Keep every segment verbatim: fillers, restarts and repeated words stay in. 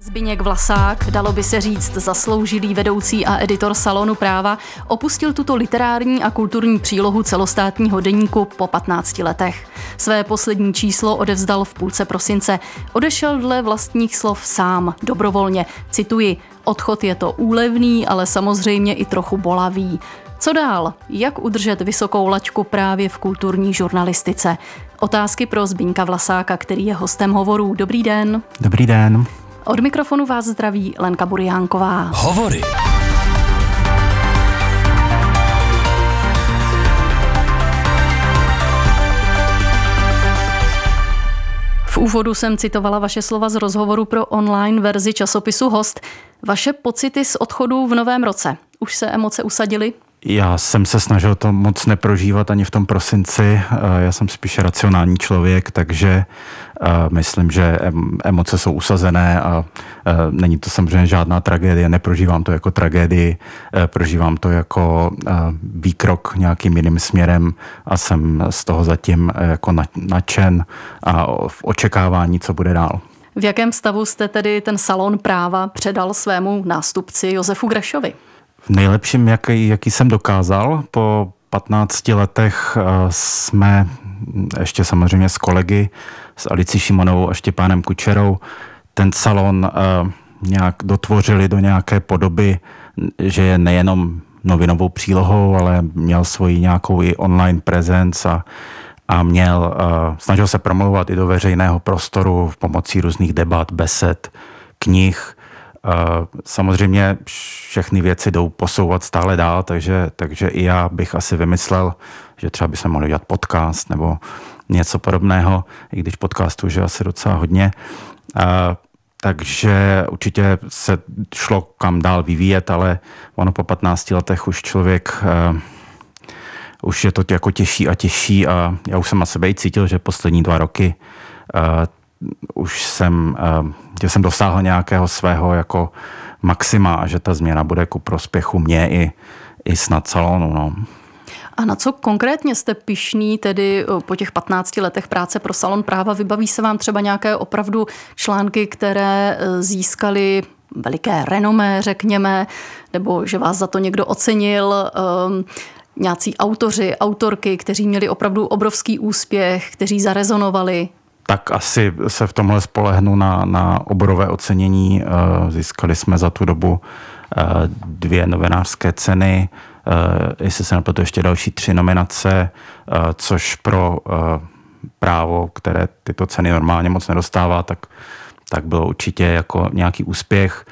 Zbyněk Vlasák, dalo by se říct zasloužilý vedoucí a editor Salonu Práva, opustil tuto literární a kulturní přílohu celostátního deníku po patnácti letech. Své poslední číslo odevzdal v půlce prosince. Odešel dle vlastních slov sám, dobrovolně. Cituji, odchod je to úlevný, ale samozřejmě i trochu bolavý. Co dál? Jak udržet vysokou laťku právě v kulturní žurnalistice? Otázky pro Zbyňka Vlasáka, který je hostem Hovorů. Dobrý den. Dobrý den. Od mikrofonu vás zdraví Lenka Buriánková. Hovory. V úvodu jsem citovala vaše slova z rozhovoru pro online verzi časopisu Host. Vaše pocity z odchodu v novém roce. Už se emoce usadily? Já jsem se snažil to moc neprožívat ani v tom prosinci. Já jsem spíše racionální člověk, takže myslím, že emoce jsou usazené a není to samozřejmě žádná tragédie. Neprožívám to jako tragédii, prožívám to jako výkrok nějakým jiným směrem a jsem z toho zatím jako nadšen a v očekávání, co bude dál. V jakém stavu jste tedy ten Salon Práva předal svému nástupci Josefu Grešovi? V nejlepším, jaký, jaký jsem dokázal. Po patnácti letech jsme ještě samozřejmě s kolegy, s Alicí Šimonovou a Štěpánem Kučerou, ten salon nějak dotvořili do nějaké podoby, že je nejenom novinovou přílohou, ale měl svoji nějakou i online prezenc a, a měl, snažil se promlouvat i do veřejného prostoru pomocí různých debat, besed, knih. Samozřejmě všechny věci jdou posouvat stále dál, takže, takže i já bych asi vymyslel, že třeba bychom mohli dělat podcast nebo něco podobného, i když podcastů už je asi docela hodně. Takže určitě se šlo kam dál vyvíjet, ale ono po patnácti letech už člověk, už je to jako těžší a těžší a já už jsem na sebe i cítil, že poslední dva roky už jsem, že jsem dosáhl nějakého svého jako maxima a že ta změna bude ku prospěchu mě i, i snad salonu. No. A na co konkrétně jste pyšný, tedy po těch patnácti letech práce pro Salon Práva? Vybaví se vám třeba nějaké opravdu články, které získaly veliké renomé, řekněme, nebo že vás za to někdo ocenil, um, nějací autoři, autorky, kteří měli opravdu obrovský úspěch, kteří zarezonovali? Tak asi se v tomhle spolehnu na, na oborové ocenění. Získali jsme za tu dobu dvě novinářské ceny, jestli se napletu ještě další tři nominace, což pro Právo, které tyto ceny normálně moc nedostává, tak, tak bylo určitě jako nějaký úspěch.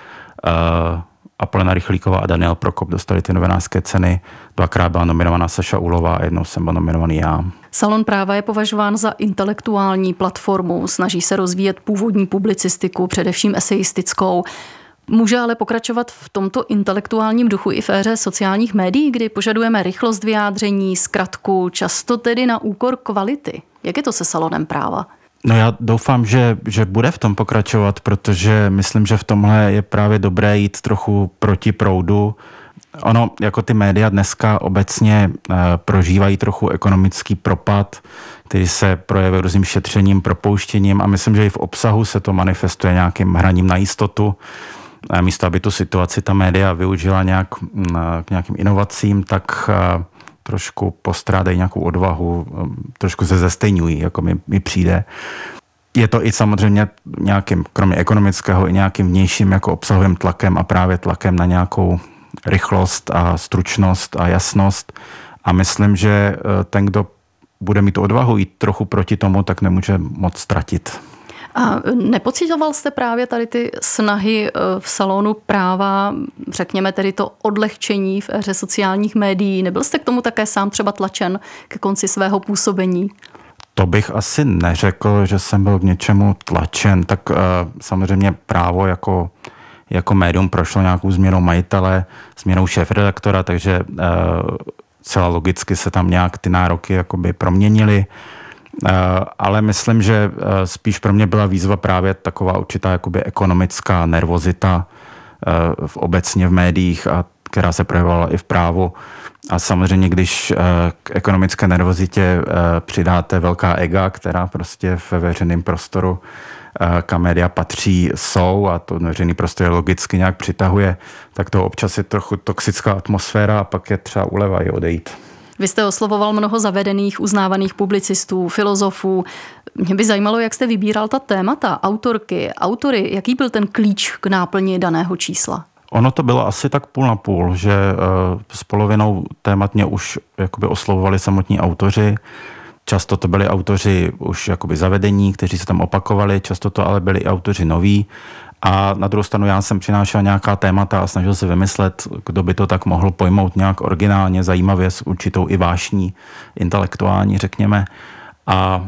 Apolena Rychlíková a Daniel Prokop dostali ty novinářské ceny. Dvakrát byla nominovaná Saša Ulová a jednou jsem byl nominovaný já. Salon Práva je považován za intelektuální platformu, snaží se rozvíjet původní publicistiku, především esejistickou. Může ale pokračovat v tomto intelektuálním duchu i v éře sociálních médií, kdy požadujeme rychlost vyjádření, zkratku, často tedy na úkor kvality. Jak je to se Salonem Práva? No já doufám, že, že bude v tom pokračovat, protože myslím, že v tomhle je právě dobré jít trochu proti proudu. Ono, jako ty média dneska obecně e, prožívají trochu ekonomický propad, který se projevuje různým šetřením, propouštěním a myslím, že i v obsahu se to manifestuje nějakým hraním na jistotu. E, místo, aby tu situaci ta média využila nějak e, k nějakým inovacím, tak e, trošku postrádají nějakou odvahu, trošku se zestejňují, jako mi, mi přijde. Je to i samozřejmě nějakým, kromě ekonomického, i nějakým vnějším jako obsahovým tlakem a právě tlakem na nějakou rychlost a stručnost a jasnost. A myslím, že ten, kdo bude mít tu odvahu jít trochu proti tomu, tak nemůže moc ztratit. A nepocitoval jste právě tady ty snahy v Salonu Práva, řekněme tedy to odlehčení v éře sociálních médií? Nebyl jste k tomu také sám třeba tlačen ke konci svého působení? To bych asi neřekl, že jsem byl k něčemu tlačen. Tak uh, samozřejmě Právo jako, jako médium prošlo nějakou změnou majitele, změnou šéfredaktora, takže uh, celá logicky se tam nějak ty nároky jakoby proměnily. Ale myslím, že spíš pro mě byla výzva právě taková určitá jakoby ekonomická nervozita v obecně v médiích, a která se projevovala i v Právu. A samozřejmě, když k ekonomické nervozitě přidáte velká ega, která prostě ve veřejném prostoru kam média patří, jsou a to veřejný prostor je logicky nějak přitahuje, tak to občas je trochu toxická atmosféra a pak je třeba ulevají odejít. Vy jste oslovoval mnoho zavedených, uznávaných publicistů, filozofů. Mě by zajímalo, jak jste vybíral ta témata, autorky, autory, jaký byl ten klíč k náplni daného čísla? Ono to bylo asi tak půl na půl, že s polovinou témat mě už jakoby oslovovali samotní autoři. Často to byli autoři už jakoby zavedení, kteří se tam opakovali, často to ale byli i autoři noví. A na druhou stranu já jsem přinášel nějaká témata a snažil se vymyslet, kdo by to tak mohl pojmout nějak originálně, zajímavě, s určitou i vášní, intelektuální, řekněme. A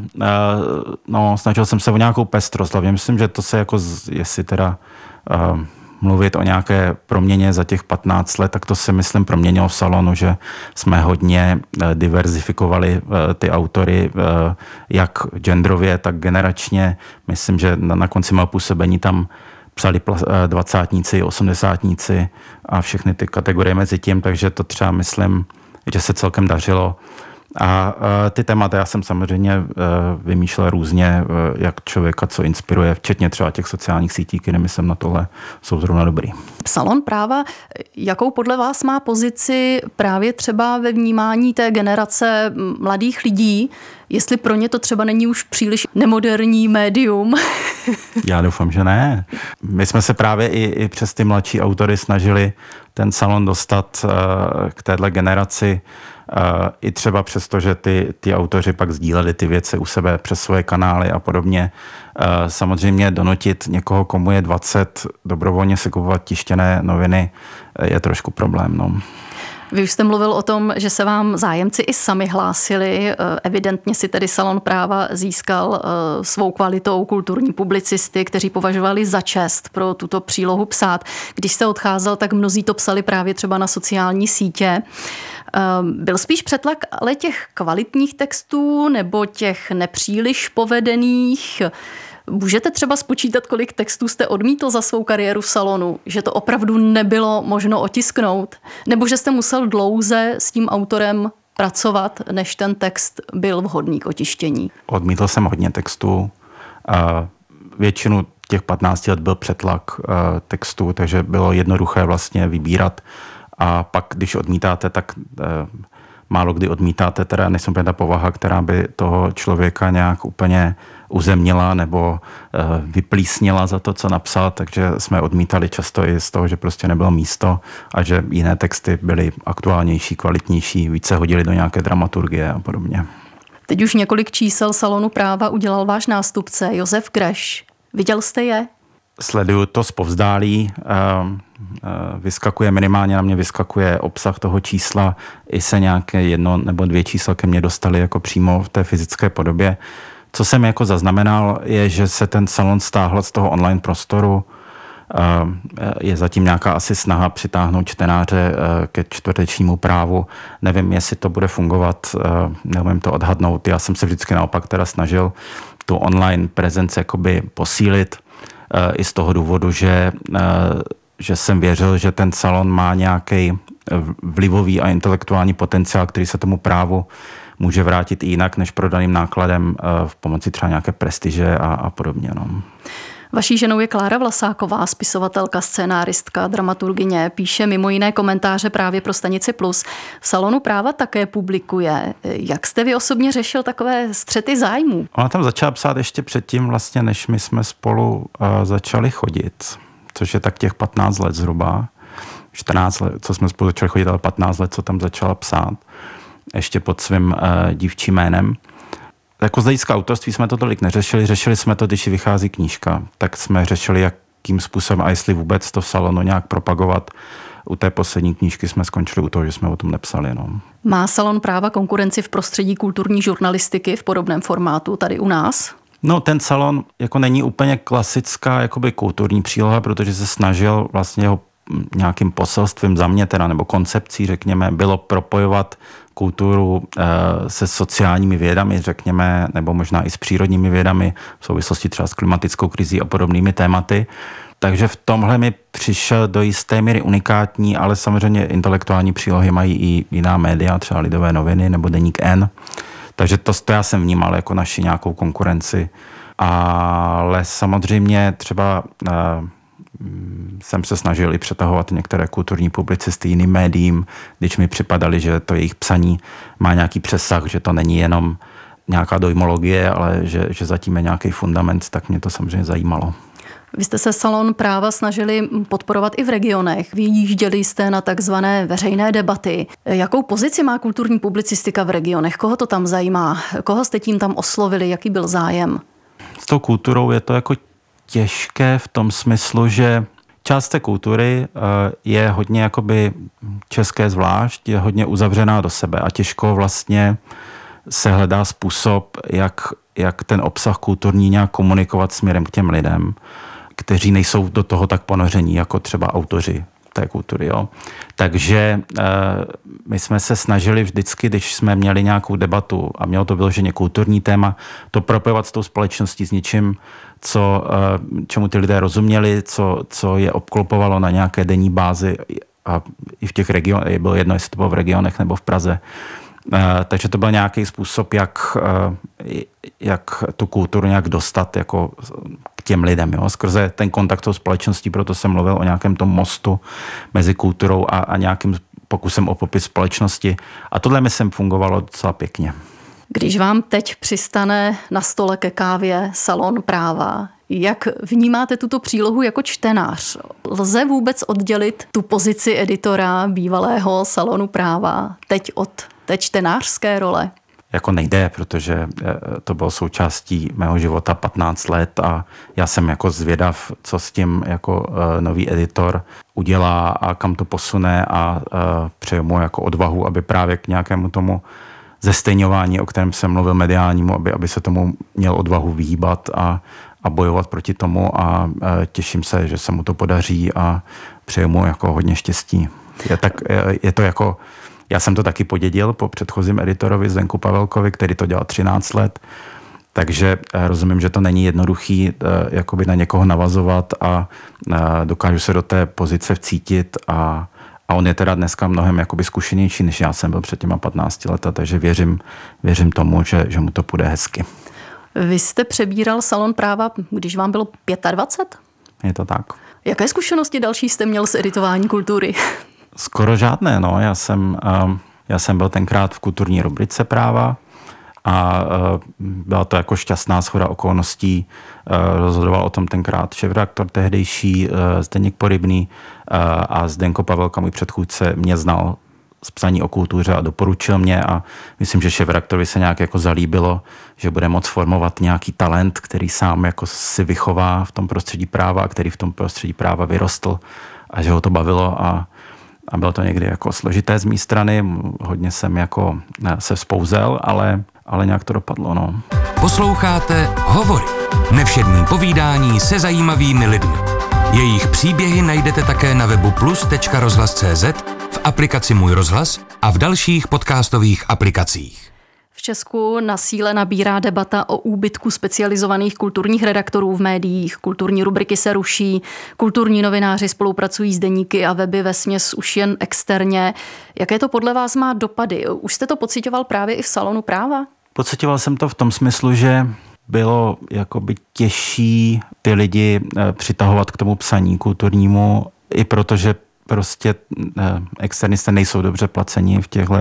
no, snažil jsem se o nějakou pestrost. Hlavně myslím, že to se jako, jestli teda uh, mluvit o nějaké proměně za těch patnáct let, tak to si myslím proměnilo v Salonu, že jsme hodně diverzifikovali ty autory, jak genderově, tak generačně. Myslím, že na konci mého působení tam psali dvacátníci, osmdesátníci a všechny ty kategorie mezi tím, takže to třeba myslím, že se celkem dařilo. A ty témata já jsem samozřejmě vymýšlel různě, jak člověka co inspiruje, včetně třeba těch sociálních sítí, které myslím na tohle jsou zrovna dobrý. Salon práva, jakou podle vás má pozici právě třeba ve vnímání té generace mladých lidí, jestli pro ně to třeba není už příliš nemoderní médium? Já doufám, že ne. My jsme se právě i, i přes ty mladší autory snažili ten salon dostat k téhle generaci, i třeba přesto, že ty, ty autoři pak sdíleli ty věci u sebe přes svoje kanály a podobně. Samozřejmě donutit někoho, komu je dvacet, dobrovolně si kupovat tištěné noviny je trošku problém. No. Vy už jste mluvil o tom, že se vám zájemci i sami hlásili. Evidentně si tedy Salon práva získal svou kvalitou kulturní publicisty, kteří považovali za čest pro tuto přílohu psát. Když jste odcházel, tak mnozí to psali právě třeba na sociální sítě. Byl spíš přetlak ale těch kvalitních textů nebo těch nepříliš povedených? Můžete třeba spočítat, kolik textů jste odmítl za svou kariéru v Salonu? Že to opravdu nebylo možno otisknout? Nebo že jste musel dlouze s tím autorem pracovat, než ten text byl vhodný k otištění? Odmítl jsem hodně textů. Většinu těch patnácti let byl přetlak textů, takže bylo jednoduché vlastně vybírat. A pak, když odmítáte, tak málo kdy odmítáte, teda nejsem ta povaha, která by toho člověka nějak úplně uzemnila nebo vyplísnila za to, co napsal, takže jsme odmítali často i z toho, že prostě nebylo místo a že jiné texty byly aktuálnější, kvalitnější, více hodili do nějaké dramaturgie a podobně. Teď už několik čísel Salonu práva udělal váš nástupce Josef Greš. Viděl jste je? Sleduju to zpovzdálí, vyskakuje minimálně, na mě vyskakuje obsah toho čísla, i se nějaké jedno nebo dvě čísla ke mně dostali jako přímo v té fyzické podobě. Co jsem jako zaznamenal, je, že se ten salon stáhl z toho online prostoru. Je zatím nějaká asi snaha přitáhnout čtenáře ke čtvrtečnímu právu. Nevím, jestli to bude fungovat, nevím to odhadnout. Já jsem se vždycky naopak teda snažil tu online prezenci jakoby posílit i z toho důvodu, že, že jsem věřil, že ten salon má nějaký vlivový a intelektuální potenciál, který se tomu právu může vrátit i jinak než prodaným nákladem v pomoci třeba nějaké prestiže a, a podobně. No. Vaší ženou je Klára Vlasáková, spisovatelka, scénáristka, dramaturgyně, píše mimo jiné komentáře právě pro Stanici Plus. V Salonu práva také publikuje. Jak jste vy osobně řešil takové střety zájmů? Ona tam začala psát ještě předtím, vlastně, než my jsme spolu uh, začali chodit, což je tak těch patnáct let zhruba. čtrnáct let, co jsme spolu začali chodit, ale patnáct let, co tam začala psát. Ještě pod svým uh, dívčím jménem. Jako z hlediska autorství jsme to tolik neřešili. Řešili jsme to, když vychází knížka. Tak jsme řešili, jakým způsobem a jestli vůbec to v Salonu nějak propagovat. U té poslední knížky jsme skončili u toho, že jsme o tom nepsali. No. Má Salon práva konkurenci v prostředí kulturní žurnalistiky v podobném formátu tady u nás? No, ten salon jako není úplně klasická jakoby kulturní příloha, protože se snažil vlastně jeho nějakým poselstvím za mě teda, nebo koncepcí, řekněme, bylo propojovat kulturu se sociálními vědami, řekněme, nebo možná i s přírodními vědami v souvislosti třeba s klimatickou krizí a podobnými tématy. Takže v tomhle mi přišel do jisté míry unikátní, ale samozřejmě intelektuální přílohy mají i jiná média, třeba Lidové noviny nebo Deník N. Takže to, to já jsem vnímal jako naši nějakou konkurenci. Ale samozřejmě třeba jsem se snažil i přetahovat některé kulturní publicisty jiným médiím, když mi připadali, že to jejich psaní má nějaký přesah, že to není jenom nějaká dojmologie, ale že, že zatím je nějaký fundament, tak mě to samozřejmě zajímalo. Vy jste se Salon práva snažili podporovat i v regionech. Vyjížděli jste na takzvané veřejné debaty. Jakou pozici má kulturní publicistika v regionech? Koho to tam zajímá? Koho jste tím tam oslovili? Jaký byl zájem? S tou kulturou je to jako těžké v tom smyslu, že část té kultury je hodně jakoby české zvlášť, je hodně uzavřená do sebe a těžko vlastně se hledá způsob, jak, jak ten obsah kulturní nějak komunikovat směrem k těm lidem, kteří nejsou do toho tak ponoření, jako třeba autoři té kultury. Jo. Takže e, my jsme se snažili vždycky, když jsme měli nějakou debatu a mělo to vyloženě kulturní téma, to propojovat s tou společností, s něčím, co, e, čemu ty lidé rozuměli, co, co je obklopovalo na nějaké denní bázi a i v těch regionech, bylo jedno, jestli to bylo v regionech nebo v Praze. E, takže to byl nějaký způsob, jak, e, jak tu kulturu nějak dostat jako k těm lidem, jo? Skrze ten kontakt s společností, proto jsem mluvil o nějakém tom mostu mezi kulturou a, a nějakým pokusem o popis společnosti. A tohle myslím fungovalo docela pěkně. Když vám teď přistane na stole ke kávě Salon práva, jak vnímáte tuto přílohu jako čtenář? Lze vůbec oddělit tu pozici editora bývalého Salonu práva teď od té čtenářské role? Jako nejde, protože to bylo součástí mého života patnáct let a já jsem jako zvědav, co s tím jako nový editor udělá a kam to posune a přeju mu jako odvahu, aby právě k nějakému tomu zestejňování, o kterém jsem mluvil mediálnímu, aby, aby se tomu měl odvahu vyhýbat a, a bojovat proti tomu a těším se, že se mu to podaří a přeju mu jako hodně štěstí. Je, tak, je, je to jako Já jsem to taky podědil po předchozím editorovi Zdenku Pavelkovi, který to dělal třináct let, takže rozumím, že to není jednoduchý jakoby na někoho navazovat a dokážu se do té pozice vcítit a, a on je teda dneska mnohem jakoby zkušenější, než já jsem byl před těma patnácti leta, takže věřím, věřím tomu, že, že mu to půjde hezky. Vy jste přebíral Salon práva, když vám bylo dvacet pět? Je to tak. Jaké zkušenosti další jste měl s editování kultury? Skoro žádné, no. Já jsem, já jsem byl tenkrát v kulturní rubrice práva a byla to jako šťastná shoda okolností. Rozhodoval o tom tenkrát šéfredaktor tehdejší Zdeněk Porybný a Zdenko Pavelka, můj předchůdce, mě znal z psaní o kultuře a doporučil mě a myslím, že šéfredaktorovi se nějak jako zalíbilo, že bude moct formovat nějaký talent, který sám jako si vychová v tom prostředí práva a který v tom prostředí práva vyrostl a že ho to bavilo a A bylo to někdy jako složité z mé strany, hodně jsem jako se vzpouzel, ale, ale nějak to dopadlo. No. Posloucháte Hovory. Nevšední povídání se zajímavými lidmi. Jejich příběhy najdete také na webu plus tečka rozhlas tečka cé zet, v aplikaci Můj rozhlas a v dalších podcastových aplikacích. V Česku na síle nabírá debata o úbytku specializovaných kulturních redaktorů v médiích. Kulturní rubriky se ruší, kulturní novináři spolupracují s deníky a weby vesměs už jen externě. Jaké to podle vás má dopady? Už jste to pociťoval právě i v Salonu práva? Pociťoval jsem to v tom smyslu, že bylo jakoby těžší ty lidi přitahovat k tomu psaní kulturnímu, i protože prostě externisté nejsou dobře placeni v těchto,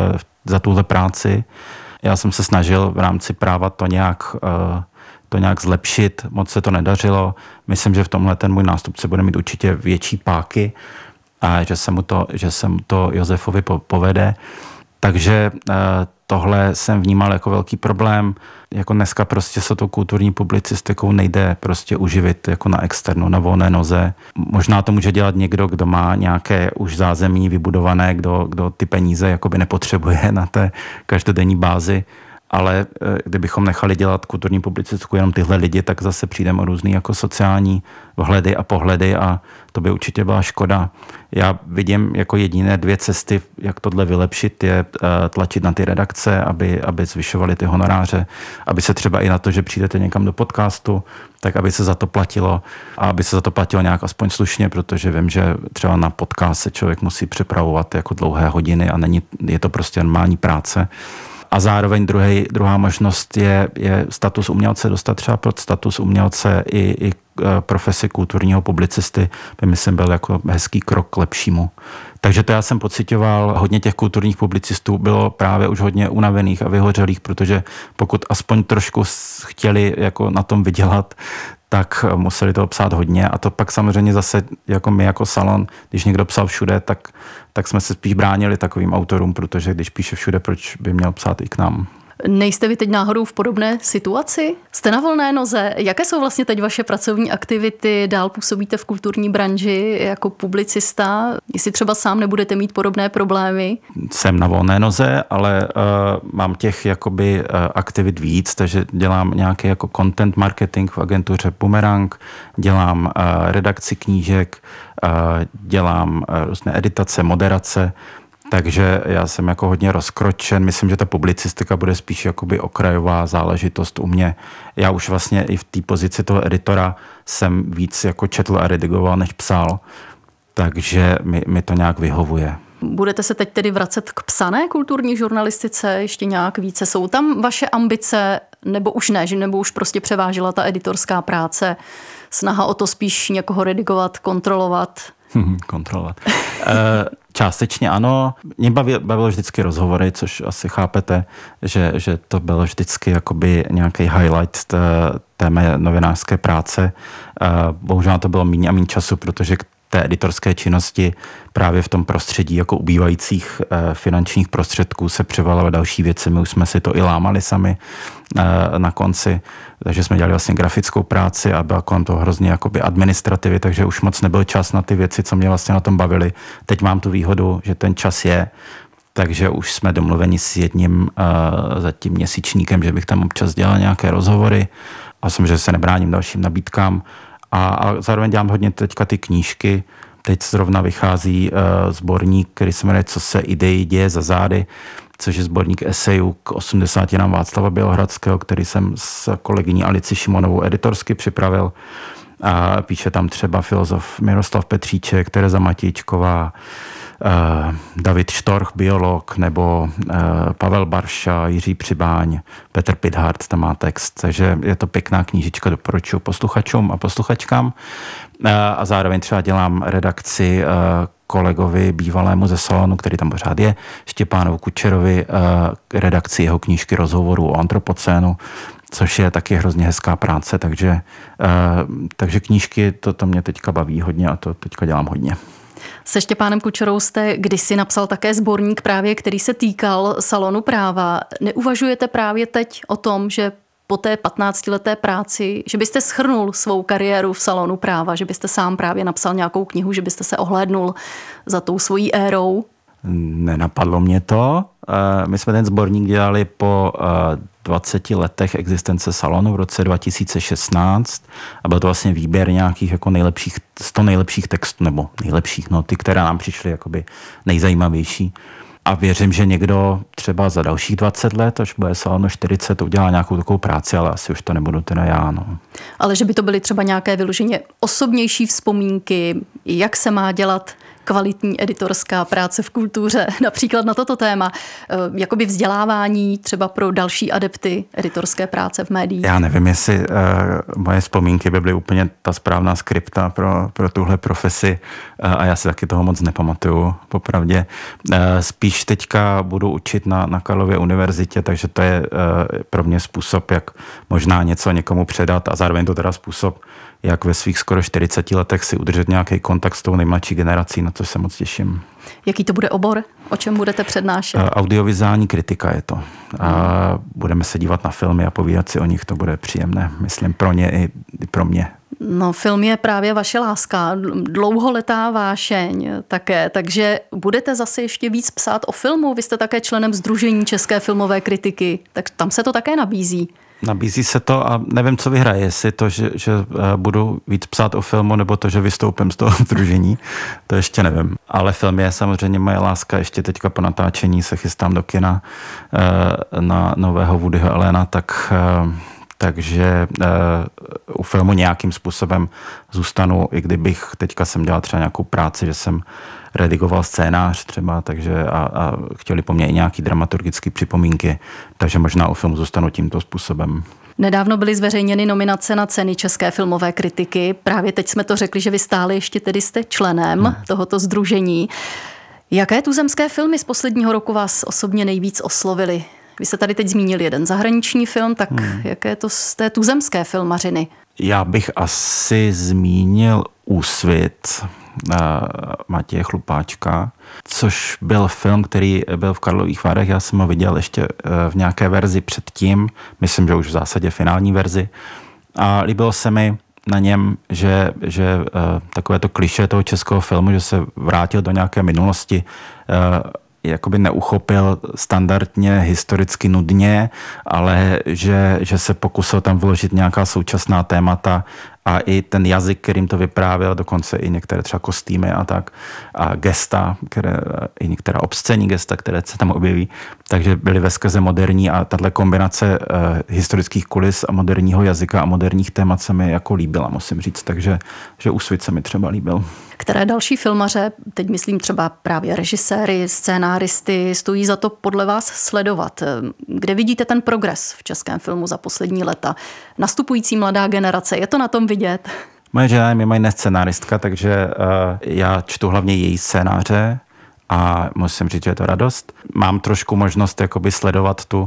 za tuhle práci. Já jsem se snažil v rámci práva to nějak, to nějak zlepšit, moc se to nedařilo. Myslím, že v tomhle ten můj nástupce bude mít určitě větší páky a že se mu to, že se mu to Josefovi povede. Takže tohle jsem vnímal jako velký problém. Jako dneska prostě se tou kulturní publicistikou nejde prostě uživit jako na externu, na volné noze. Možná to může dělat někdo, kdo má nějaké už zázemí vybudované, kdo, kdo ty peníze jakoby nepotřebuje na té každodenní bázi. Ale kdybychom nechali dělat kulturní publicistiku jenom tyhle lidi, tak zase přijdeme o různý jako sociální vhledy a pohledy a to by určitě byla škoda. Já vidím jako jediné dvě cesty, jak tohle vylepšit, je tlačit na ty redakce, aby, aby zvyšovaly ty honoráře, aby se třeba i na to, že přijdete někam do podcastu, tak aby se za to platilo a aby se za to platilo nějak aspoň slušně, protože vím, že třeba na podcast se člověk musí připravovat jako dlouhé hodiny a není, je to prostě normální práce. A zároveň druhý, druhá možnost je, je status umělce, dostat třeba pod status umělce i, i profesi kulturního publicisty, by myslím byl jako hezký krok k lepšímu. Takže to já jsem pocitoval, hodně těch kulturních publicistů bylo právě už hodně unavených a vyhořelých, protože pokud aspoň trošku chtěli jako na tom vydělat, tak museli to psát hodně a to pak samozřejmě zase jako my jako salon, když někdo psal všude, tak, tak jsme se spíš bránili takovým autorům, protože když píše všude, proč by měl psát i k nám. Nejste vy teď náhodou v podobné situaci? Jste na volné noze? Jaké jsou vlastně teď vaše pracovní aktivity? Dál působíte v kulturní branži jako publicista? Jestli třeba sám nebudete mít podobné problémy? Jsem na volné noze, ale uh, mám těch jakoby uh, aktivit víc, takže dělám nějaký jako content marketing v agentuře Boomerang, dělám uh, redakci knížek, uh, dělám uh, různé editace, moderace. Takže já jsem jako hodně rozkročen. Myslím, že ta publicistika bude spíš jakoby okrajová záležitost u mě. Já už vlastně i v té pozici toho editora jsem víc jako četl a redigoval, než psal. Takže mi, mi to nějak vyhovuje. Budete se teď tedy vracet k psané kulturní žurnalistice ještě nějak více? Jsou tam vaše ambice, nebo už ne, nebo už prostě převážila ta editorská práce? Snaha o to spíš někoho redigovat, kontrolovat? kontrolovat. Částečně ano. Mě bavilo, bavilo vždycky rozhovory, což asi chápete, že, že to bylo vždycky jakoby nějaký highlight té, té mé novinářské práce. Bohužel to bylo méně a méně času, protože k té editorské činnosti právě v tom prostředí jako ubývajících finančních prostředků se převalily další věci. My už jsme si to i lámali sami na konci, takže jsme dělali vlastně grafickou práci a byla kolem toho hrozně jakoby administrativy, takže už moc nebyl čas na ty věci, co mě vlastně na tom bavily. Teď mám tu výhodu, že ten čas je, takže už jsme domluveni s jedním uh, za tím měsíčníkem, že bych tam občas dělal nějaké rozhovory a samozřejmě se nebráním dalším nabídkám a, a zároveň dělám hodně teďka ty knížky. Teď zrovna vychází uh, sborník, který se jmenuje Co se ideji děje za zády, což je sborník esejů k osmdesátinám Václava Bělohradského, který jsem s kolegyní Alici Šimonovou editorsky připravil. A píše tam třeba filozof Miroslav Petříček, Tereza Matějčková, David Štorch, biolog, nebo Pavel Barša, Jiří Přibáň, Petr Pithart, tam má text. Takže je to pěkná knížička, doporučuji posluchačům a posluchačkám. A zároveň třeba dělám redakci kolegovi bývalému ze salonu, který tam pořád je, Štěpánovu Kučerovi, redakci jeho knížky rozhovorů o antropocénu, což je taky hrozně hezká práce, takže, takže knížky, to, to mě teďka baví hodně a to teďka dělám hodně. Se Štěpánem Kučerou jste kdysi napsal také sborník právě, který se týkal salonu práva. Neuvažujete právě teď o tom, že po té patnáctileté práci, že byste shrnul svou kariéru v salonu práva, že byste sám právě napsal nějakou knihu, že byste se ohlédnul za tou svojí érou? Nenapadlo mě to. My jsme ten sborník dělali po dvaceti letech existence salonu v roce dva tisíce šestnáct a byl to vlastně výběr nějakých jako nejlepších, sto nejlepších textů, nebo nejlepších, no ty, které nám přišly jakoby nejzajímavější. A věřím, že někdo třeba za dalších dvacet let, až bude salonu čtyřicet, udělá nějakou takovou práci, ale asi už to nebudu teda já. No. Ale že by to byly třeba nějaké vyloženě osobnější vzpomínky, jak se má dělat kvalitní editorská práce v kultuře, například na toto téma, jakoby vzdělávání třeba pro další adepty editorské práce v médiích. Já nevím, jestli uh, moje vzpomínky by byly úplně ta správná skripta pro, pro tuhle profesi uh, a já si taky toho moc nepamatuju, popravdě. Uh, spíš teďka budu učit na, na Karlově univerzitě, takže to je uh, pro mě způsob, jak možná něco někomu předat a zároveň to teda způsob, jak ve svých skoro čtyřiceti letech si udržet nějaký kontakt s tou nejmladší generací, na což se moc těším. Jaký to bude obor? O čem budete přednášet? Audiovizuální kritika je to. A budeme se dívat na filmy a povídat si o nich, to bude příjemné, myslím, pro ně i, i pro mě. No, film je právě vaše láska, dlouholetá vášeň také, takže budete zase ještě víc psát o filmu. Vy jste také členem Sdružení české filmové kritiky, tak tam se to také nabízí. Nabízí se to a nevím, co vyhraje, jestli to, že, že budu víc psát o filmu, nebo to, že vystoupím z toho sdružení, to ještě nevím. Ale film je samozřejmě moje láska, ještě teďka po natáčení se chystám do kina na nového Woodyho Allena, tak, takže uh, u filmu nějakým způsobem zůstanu, i kdybych teďka jsem dělal třeba nějakou práci, že jsem redigoval scénář třeba, takže a, a chtěli po mně i nějaký dramaturgické připomínky, takže možná u filmu zůstanu tímto způsobem. Nedávno byly zveřejněny nominace na ceny české filmové kritiky. Právě teď jsme to řekli, že vy stále ještě tedy jste členem hmm. tohoto sdružení. Jaké tuzemské filmy z posledního roku vás osobně nejvíc oslovily? Vy jste tady teď zmínil jeden zahraniční film, tak hmm. jaké to z té tuzemské filmařiny? Já bych asi zmínil Úsvit Matěje Chlupáčka, což byl film, který byl v Karlových Varech. Já jsem ho viděl ještě v nějaké verzi předtím, myslím, že už v zásadě finální verzi. A líbilo se mi na něm, že, že takové to klišé toho českého filmu, že se vrátil do nějaké minulosti, jakoby neuchopil standardně, historicky nudně, ale že, že se pokusil tam vložit nějaká současná témata a i ten jazyk, kterým to vyprávěl, dokonce i některé třeba kostýmy a tak, a gesta, které, i některá obscénní gesta, které se tam objeví, takže byly veskrze moderní a tato kombinace uh, historických kulis a moderního jazyka a moderních témat se mi jako líbila, musím říct, takže že Úsvit se mi třeba líbil. Které další filmaře, teď myslím třeba právě režiséry, scénáristy, stojí za to podle vás sledovat? Kde vidíte ten progres v českém filmu za poslední léta? Nastupující mladá generace, je to na tom vidět? Moje žena je mimo jiné scénáristka, takže uh, já čtu hlavně její scénáře a musím říct, že je to radost. Mám trošku možnost jakoby sledovat tu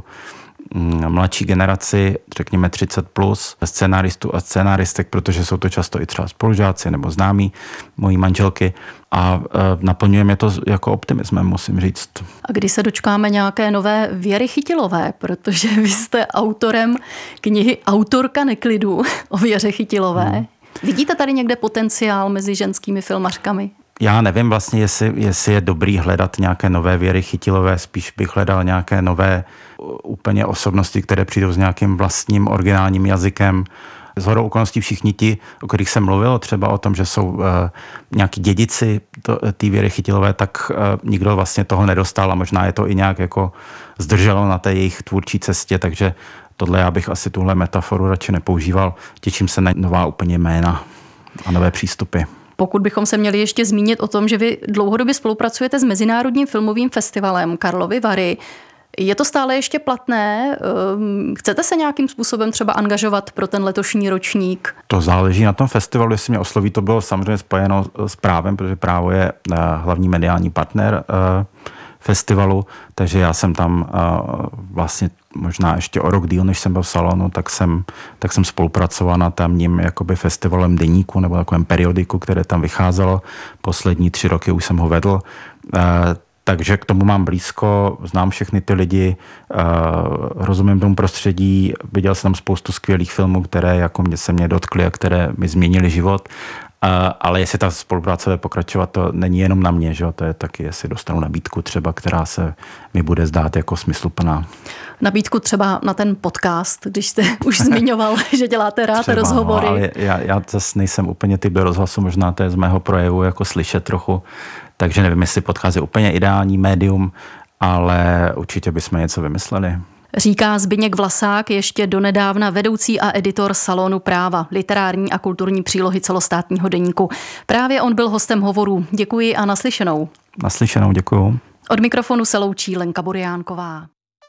mladší generaci, řekněme třicet plus, scénáristů a scénáristek, protože jsou to často i třeba spolužáci nebo známí mojí manželky a e, naplňuje mě to jako optimismem, musím říct. A kdy se dočkáme nějaké nové Věry Chytilové, protože vy jste autorem knihy Autorka neklidu o Věře Chytilové. Hmm. Vidíte tady někde potenciál mezi ženskými filmařkami? Já nevím vlastně, jestli, jestli je dobrý hledat nějaké nové Věry Chytilové, spíš bych hledal nějaké nové úplně osobnosti, které přijdou s nějakým vlastním originálním jazykem. Shodou okolností všichni ti, o kterých jsem mluvil, třeba o tom, že jsou uh, nějaký dědici té Věry Chytilové, tak uh, nikdo vlastně toho nedostal a možná je to i nějak jako zdrželo na té jejich tvůrčí cestě, takže tohle já bych asi tuhle metaforu radši nepoužíval. Těším se na nová úplně jména a nové přístupy. Pokud bychom se měli ještě zmínit o tom, že vy dlouhodobě spolupracujete s Mezinárodním filmovým festivalem Karlovy Vary, je to stále ještě platné? Chcete se nějakým způsobem třeba angažovat pro ten letošní ročník? To záleží na tom festivalu, jestli mě osloví, to bylo samozřejmě spojeno s právem, protože právo je hlavní mediální partner festivalu, takže já jsem tam vlastně možná ještě o rok díl, než jsem byl v salonu, tak jsem, tak jsem spolupracoval na tamním jakoby festivalem deníku nebo takovém periodiku, které tam vycházelo. Poslední tři roky už jsem ho vedl. Takže k tomu mám blízko, znám všechny ty lidi, rozumím tomu prostředí, viděl jsem tam spoustu skvělých filmů, které jako mě se mě dotkly a které mi změnily život. Ale jestli ta spolupráce bude pokračovat, to není jenom na mě, že? To je taky, jestli dostanu nabídku třeba, která se mi bude zdát jako smysluplná. Nabídku třeba na ten podcast, když jste už zmiňoval, že děláte rád třeba, rozhovory. No, ale já, já zase nejsem úplně typ do rozhlasu, možná to je z mého projevu jako slyšet trochu, takže nevím, jestli podcast je úplně ideální médium, ale určitě bychom něco vymysleli. Říká Zbyněk Vlasák, ještě donedávna vedoucí a editor Salonu práva, literární a kulturní přílohy celostátního deníku. Právě on byl hostem hovoru. Děkuji a naslyšenou. Naslyšenou, děkuju. Od mikrofonu se loučí Lenka Buriánková.